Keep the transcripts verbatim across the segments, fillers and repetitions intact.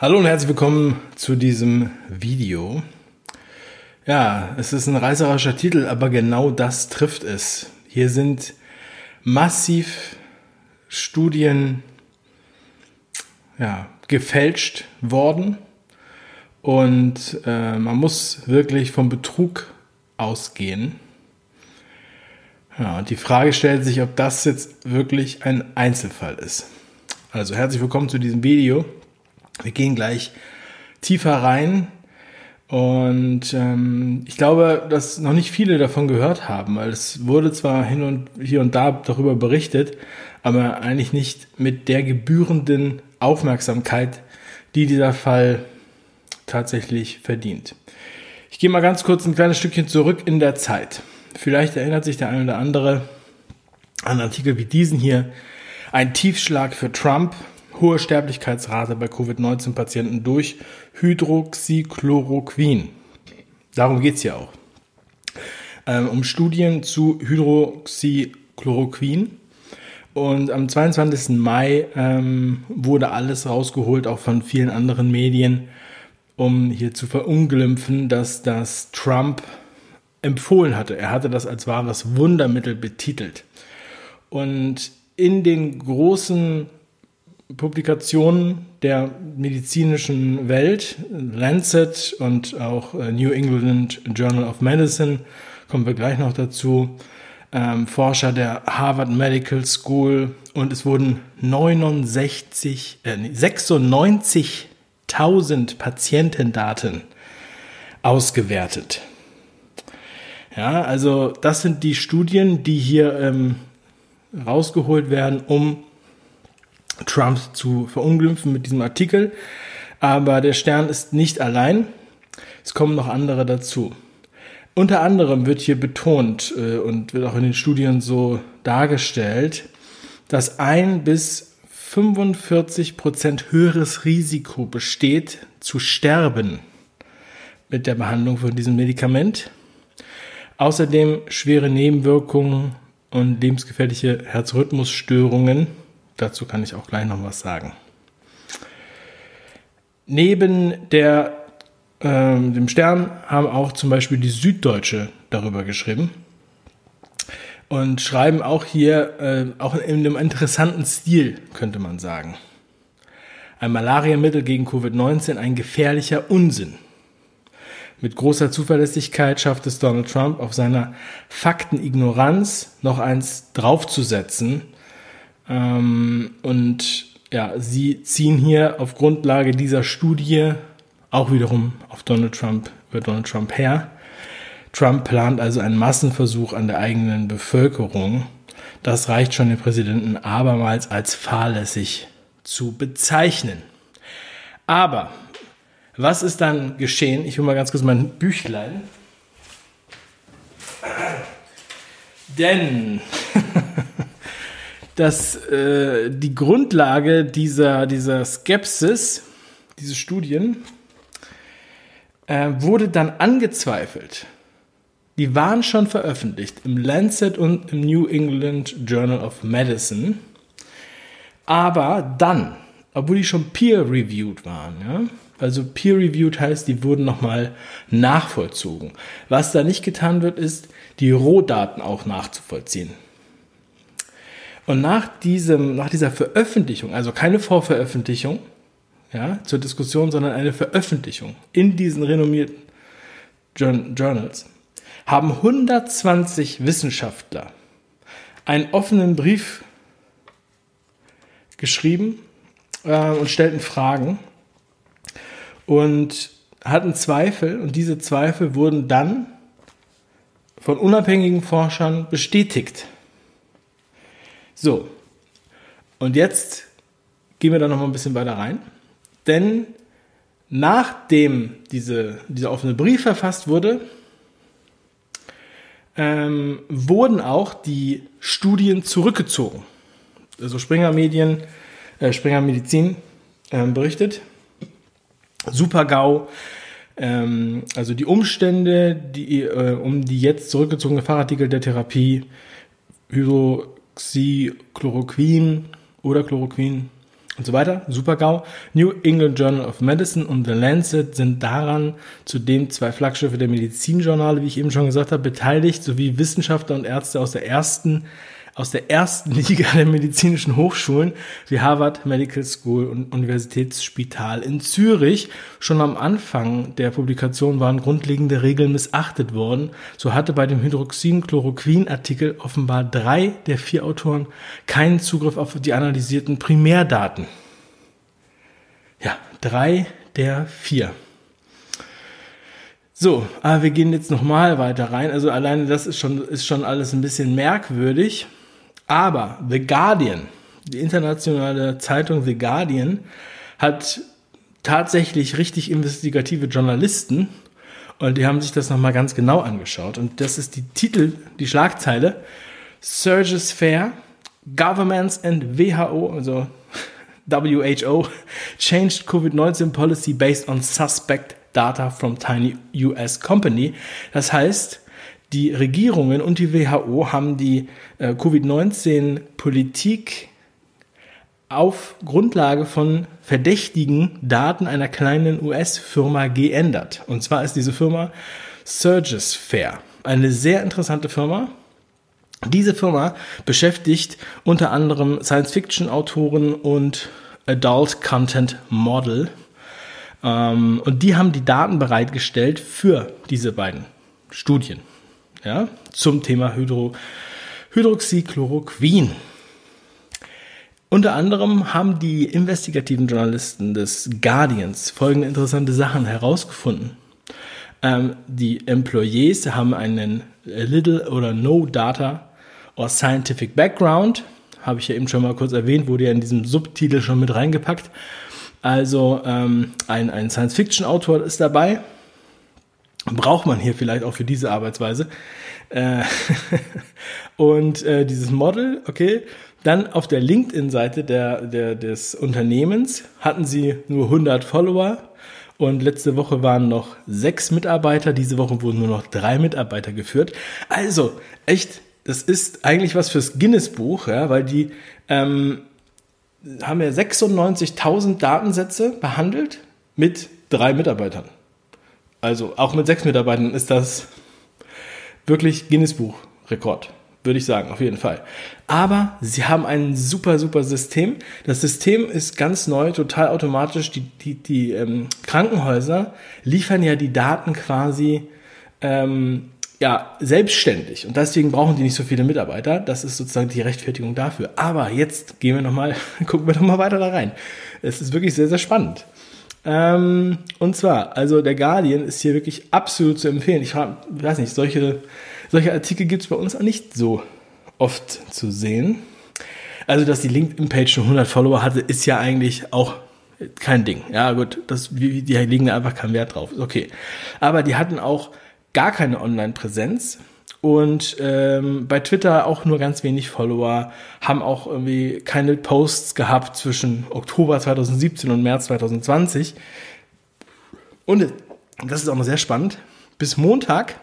Hallo und herzlich willkommen zu diesem Video. Ja, es ist ein reißerischer Titel, aber genau das trifft es. Hier sind massiv Studien ja, gefälscht worden und äh, man muss wirklich vom Betrug ausgehen. Ja, und die Frage stellt sich, ob das jetzt wirklich ein Einzelfall ist. Also herzlich willkommen zu diesem Video. Wir gehen gleich tiefer rein und ähm, ich glaube, dass noch nicht viele davon gehört haben, weil es wurde zwar hin und hier und da darüber berichtet, aber eigentlich nicht mit der gebührenden Aufmerksamkeit, die dieser Fall tatsächlich verdient. Ich gehe mal ganz kurz ein kleines Stückchen zurück in der Zeit. Vielleicht erinnert sich der eine oder andere an Artikel wie diesen hier. Ein Tiefschlag für Trump. Hohe Sterblichkeitsrate bei Covid neunzehn Patienten durch Hydroxychloroquin. Darum geht es ja auch. Ähm, um Studien zu Hydroxychloroquin. Und am zweiundzwanzigsten Mai ähm, wurde alles rausgeholt, auch von vielen anderen Medien, um hier zu verunglimpfen, dass das Trump empfohlen hatte. Er hatte das als wahres Wundermittel betitelt. Und in den großen Publikationen der medizinischen Welt, Lancet und auch New England Journal of Medicine, kommen wir gleich noch dazu, ähm, Forscher der Harvard Medical School, und es wurden neunundsechzig, äh, sechsundneunzigtausend Patientendaten ausgewertet. Ja, also das sind die Studien, die hier ähm, rausgeholt werden, um Trump zu verunglimpfen mit diesem Artikel. Aber der Stern ist nicht allein. Es kommen noch andere dazu. Unter anderem wird hier betont äh, und wird auch in den Studien so dargestellt, dass ein bis fünfundvierzig Prozent höheres Risiko besteht, zu sterben mit der Behandlung von diesem Medikament. Außerdem schwere Nebenwirkungen und lebensgefährliche Herzrhythmusstörungen. Dazu kann ich auch gleich noch was sagen. Neben der, äh, dem Stern haben auch zum Beispiel die Süddeutsche darüber geschrieben und schreiben auch hier, äh, auch in einem interessanten Stil, könnte man sagen. Ein Malariamittel gegen Covid neunzehn, ein gefährlicher Unsinn. Mit großer Zuverlässigkeit schafft es Donald Trump, auf seiner Faktenignoranz noch eins draufzusetzen. Ähm, und ja, sie ziehen hier auf Grundlage dieser Studie auch wiederum auf Donald Trump, über Donald Trump her. Trump plant also einen Massenversuch an der eigenen Bevölkerung. Das reicht schon, den Präsidenten abermals als fahrlässig zu bezeichnen. Aber was ist dann geschehen? Ich hole mal ganz kurz mein Büchlein. Denn dass äh, die Grundlage dieser, dieser Skepsis, diese Studien, äh, wurde dann angezweifelt. Die waren schon veröffentlicht im Lancet und im New England Journal of Medicine. Aber dann, obwohl die schon peer-reviewed waren, ja, also peer-reviewed heißt, die wurden nochmal nachvollzogen. Was da nicht getan wird, ist, die Rohdaten auch nachzuvollziehen. Und nach diesem, nach dieser Veröffentlichung, also keine Vorveröffentlichung, ja, zur Diskussion, sondern eine Veröffentlichung in diesen renommierten Journals, haben hundertzwanzig Wissenschaftler einen offenen Brief geschrieben äh, und stellten Fragen und hatten Zweifel, und diese Zweifel wurden dann von unabhängigen Forschern bestätigt. So, und jetzt gehen wir da noch mal ein bisschen weiter rein, denn nachdem diese, dieser offene Brief verfasst wurde, ähm, wurden auch die Studien zurückgezogen. Also Springer Medien, äh, Springer Medizin äh, berichtet, Super-GAU, ähm, also die Umstände, die, äh, um die jetzt zurückgezogene Fachartikel der Therapie Hydroxychloroquin oder Chloroquin und so weiter. Super-GAU. New England Journal of Medicine und The Lancet sind daran zudem zwei Flaggschiffe der Medizinjournale, wie ich eben schon gesagt habe, beteiligt, sowie Wissenschaftler und Ärzte aus der ersten aus der ersten Liga der medizinischen Hochschulen wie Harvard Medical School und Universitätsspital in Zürich. Schon am Anfang der Publikation waren grundlegende Regeln missachtet worden. So hatte bei dem Hydroxychloroquin-Artikel offenbar drei der vier Autoren keinen Zugriff auf die analysierten Primärdaten. Ja, drei der vier. So, aber wir gehen jetzt nochmal weiter rein. Also alleine das ist schon, ist schon alles ein bisschen merkwürdig. Aber The Guardian, die internationale Zeitung The Guardian, hat tatsächlich richtig investigative Journalisten und die haben sich das nochmal ganz genau angeschaut. Und das ist die Titel, die Schlagzeile: Surges Fair, Governments and W H O, also W H O, changed Covid nineteen policy based on suspect data from tiny U S company. Das heißt, die Regierungen und die W H O haben die äh, Covid neunzehn Politik auf Grundlage von verdächtigen Daten einer kleinen U S-Firma geändert. Und zwar ist diese Firma Surges Fair. Eine sehr interessante Firma. Diese Firma beschäftigt unter anderem Science-Fiction-Autoren und Adult-Content-Model. Ähm, und die haben die Daten bereitgestellt für diese beiden Studien, ja, zum Thema Hydro, Hydroxychloroquin. Unter anderem haben die investigativen Journalisten des Guardians folgende interessante Sachen herausgefunden. Ähm, die Employees haben einen Little oder No Data or Scientific Background. Habe ich ja eben schon mal kurz erwähnt, wurde ja in diesem Subtitel schon mit reingepackt. Also ähm, ein, ein Science-Fiction-Autor ist dabei. Braucht man hier vielleicht auch für diese Arbeitsweise. Äh und äh, dieses Model, okay. Dann auf der LinkedIn-Seite der, der, des Unternehmens hatten sie nur hundert Follower. Und letzte Woche waren noch sechs Mitarbeiter. Diese Woche wurden nur noch drei Mitarbeiter geführt. Also, echt, das ist eigentlich was fürs Guinness-Buch, ja, weil die ähm, haben ja sechsundneunzigtausend Datensätze behandelt mit drei Mitarbeitern. Also auch mit sechs Mitarbeitern ist das wirklich Guinness-Buch-Rekord, würde ich sagen, auf jeden Fall. Aber sie haben ein super, super System. Das System ist ganz neu, total automatisch. Die, die, die ähm, Krankenhäuser liefern ja die Daten quasi ähm, ja, selbstständig. Und deswegen brauchen die nicht so viele Mitarbeiter. Das ist sozusagen die Rechtfertigung dafür. Aber jetzt gehen wir noch mal, gucken wir noch mal weiter da rein. Es ist wirklich sehr, sehr spannend. Ähm, und zwar, also der Guardian ist hier wirklich absolut zu empfehlen. Ich weiß nicht, solche, solche Artikel gibt es bei uns auch nicht so oft zu sehen. Also, dass die LinkedIn-Page schon hundert Follower hatte, ist ja eigentlich auch kein Ding. Ja gut, das, die legen da einfach keinen Wert drauf. Okay. Aber die hatten auch gar keine Online-Präsenz und ähm, bei Twitter auch nur ganz wenig Follower, haben auch irgendwie keine Posts gehabt zwischen Oktober zweitausendsiebzehn und März zweitausendzwanzig. Und das ist auch noch sehr spannend, bis Montag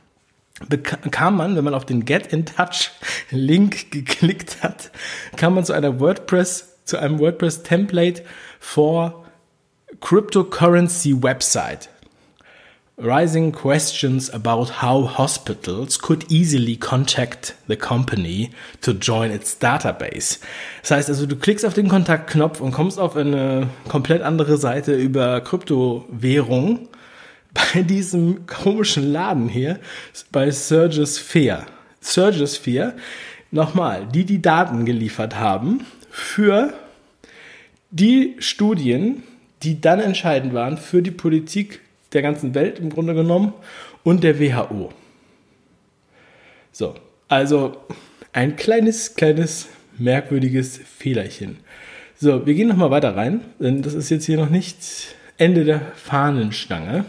bekam man, wenn man auf den Get in Touch Link geklickt hat, kam man zu einer WordPress, zu einem WordPress Template for Cryptocurrency Website. Rising questions about how hospitals could easily contact the company to join its database. Das heißt also, du klickst auf den Kontaktknopf und kommst auf eine komplett andere Seite über Kryptowährung bei diesem komischen Laden hier, bei Surges Fair. Surges Fair, nochmal, die die Daten geliefert haben für die Studien, die dann entscheidend waren für die Politik der ganzen Welt im Grunde genommen und der W H O. So, also ein kleines, kleines, merkwürdiges Fehlerchen. So, wir gehen nochmal weiter rein, denn das ist jetzt hier noch nicht Ende der Fahnenstange.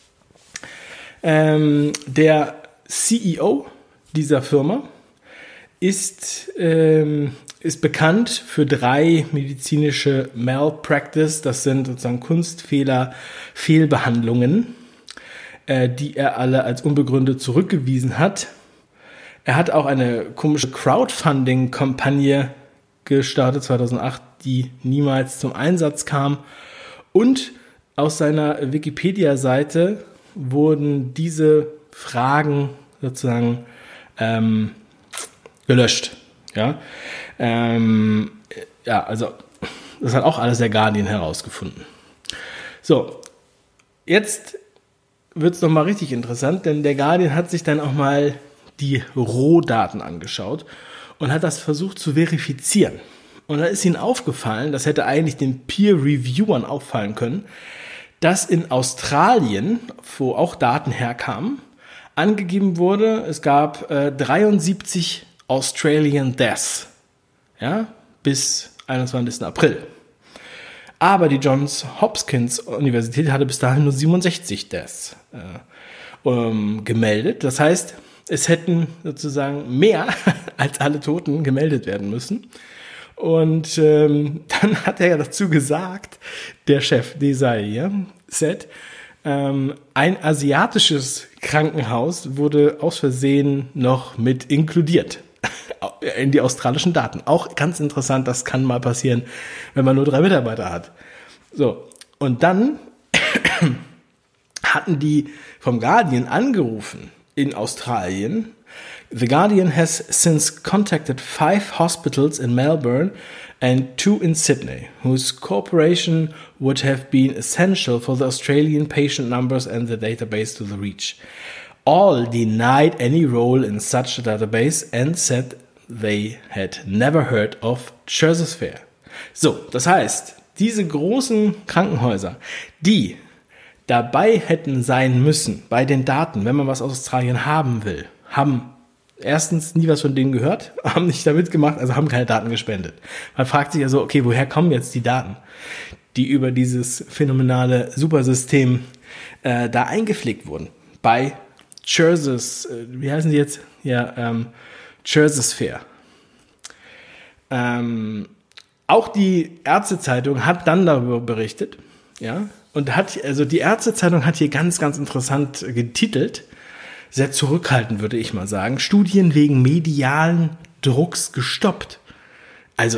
Ähm, der C E O dieser Firma ist, ähm, ist bekannt für drei medizinische Malpractice, das sind sozusagen Kunstfehler, Fehlbehandlungen, äh, die er alle als unbegründet zurückgewiesen hat. Er hat auch eine komische Crowdfunding-Kampagne gestartet, zweitausendacht, die niemals zum Einsatz kam. Und aus seiner Wikipedia-Seite wurden diese Fragen sozusagen ähm, gelöscht. Ja? Ähm, ja, also das hat auch alles der Guardian herausgefunden. So, jetzt wird es nochmal richtig interessant, denn der Guardian hat sich dann auch mal die Rohdaten angeschaut und hat das versucht zu verifizieren. Und da ist ihnen aufgefallen, das hätte eigentlich den Peer-Reviewern auffallen können, dass in Australien, wo auch Daten herkamen, angegeben wurde, es gab äh, dreiundsiebzig Australian Deaths, ja, bis einundzwanzigsten April. Aber die Johns Hopkins Universität hatte bis dahin nur siebenundsechzig Deaths äh, um, gemeldet. Das heißt, es hätten sozusagen mehr als alle Toten gemeldet werden müssen. Und ähm, dann hat er ja dazu gesagt, der Chef Desai, said, ähm, ein asiatisches Krankenhaus wurde aus Versehen noch mit inkludiert in die australischen Daten. Auch ganz interessant, das kann mal passieren, wenn man nur drei Mitarbeiter hat. So, und dann hatten die vom Guardian angerufen in Australien. The Guardian has since contacted five hospitals in Melbourne and two in Sydney, whose cooperation would have been essential for the Australian patient numbers and the database to the reach. All denied any role in such a database and said they had never heard of Churzosphere. So, das heißt, diese großen Krankenhäuser, die dabei hätten sein müssen bei den Daten, wenn man was aus Australien haben will, haben erstens nie was von denen gehört, haben nicht da mitgemacht, also haben keine Daten gespendet. Man fragt sich also, okay, woher kommen jetzt die Daten, die über dieses phänomenale Supersystem äh, da eingepflegt wurden? Bei Cherzos, äh, wie heißen die jetzt? Ja, ähm, Churzosphere. Ähm, auch die Ärztezeitung hat dann darüber berichtet, ja, und hat, also die Ärztezeitung hat hier ganz, ganz interessant getitelt, sehr zurückhaltend, würde ich mal sagen, Studien wegen medialen Drucks gestoppt. Also,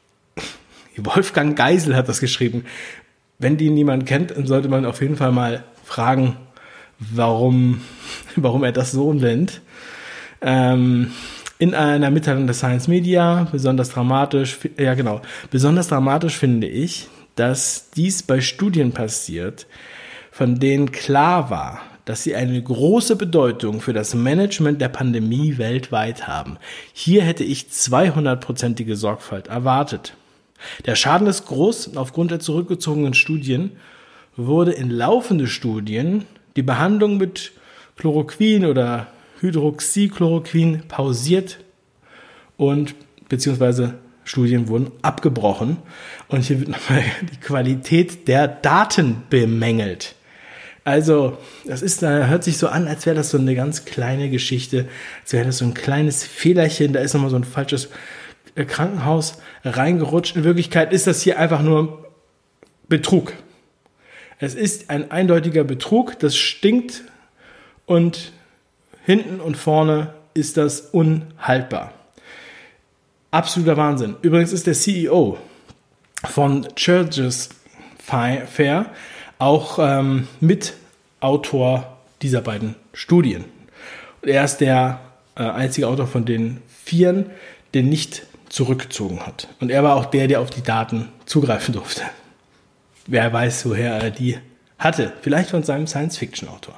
Wolfgang Geisel hat das geschrieben. Wenn die niemand kennt, dann sollte man auf jeden Fall mal fragen, warum, warum er das so nennt. Ähm, in einer Mitteilung der Science Media, besonders dramatisch, ja genau, besonders dramatisch finde ich, dass dies bei Studien passiert, von denen klar war, dass sie eine große Bedeutung für das Management der Pandemie weltweit haben. Hier hätte ich zweihundertprozentige Sorgfalt erwartet. Der Schaden ist groß und aufgrund der zurückgezogenen Studien wurde in laufende Studien die Behandlung mit Chloroquin oder Hydroxychloroquin pausiert und beziehungsweise Studien wurden abgebrochen. Und hier wird nochmal die Qualität der Daten bemängelt. Also, das ist, da hört sich so an, als wäre das so eine ganz kleine Geschichte, als wäre das so ein kleines Fehlerchen, da ist nochmal so ein falsches Krankenhaus reingerutscht. In Wirklichkeit ist das hier einfach nur Betrug. Es ist ein eindeutiger Betrug, das stinkt und hinten und vorne ist das unhaltbar. Absoluter Wahnsinn. Übrigens ist der C E O von Churzosphere auch ähm, Mitautor dieser beiden Studien. Er ist der äh, einzige Autor von den Vieren, der nicht zurückgezogen hat. Und er war auch der, der auf die Daten zugreifen durfte. Wer weiß, woher er die hatte. Vielleicht von seinem Science-Fiction-Autor.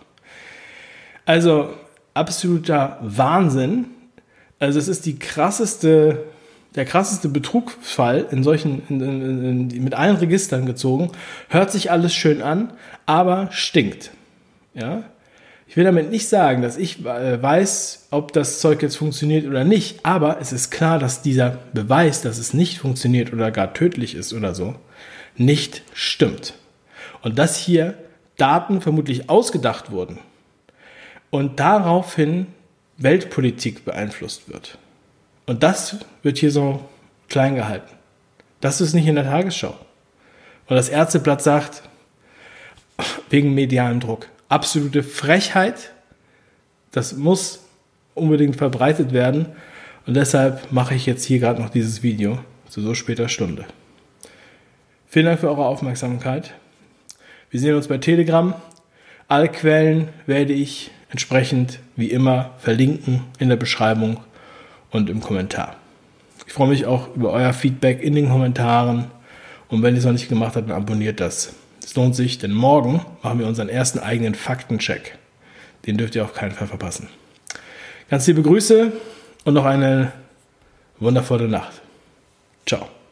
Also absoluter Wahnsinn. Also es ist die krasseste, der krasseste Betrugsfall in solchen, in, in, in, mit allen Registern gezogen. Hört sich alles schön an, aber stinkt. Ja? Ich will damit nicht sagen, dass ich äh, weiß, ob das Zeug jetzt funktioniert oder nicht, aber es ist klar, dass dieser Beweis, dass es nicht funktioniert oder gar tödlich ist oder so, nicht stimmt. Und dass hier Daten vermutlich ausgedacht wurden und daraufhin Weltpolitik beeinflusst wird. Und das wird hier so klein gehalten. Das ist nicht in der Tagesschau. Und das Ärzteblatt sagt, wegen medialem Druck. Absolute Frechheit. Das muss unbedingt verbreitet werden. Und deshalb mache ich jetzt hier gerade noch dieses Video zu so später Stunde. Vielen Dank für eure Aufmerksamkeit. Wir sehen uns bei Telegram. Alle Quellen werde ich entsprechend wie immer verlinken in der Beschreibung und im Kommentar. Ich freue mich auch über euer Feedback in den Kommentaren und wenn ihr es noch nicht gemacht habt, dann abonniert das. Es lohnt sich, denn morgen machen wir unseren ersten eigenen Faktencheck. Den dürft ihr auf keinen Fall verpassen. Ganz liebe Grüße und noch eine wundervolle Nacht. Ciao.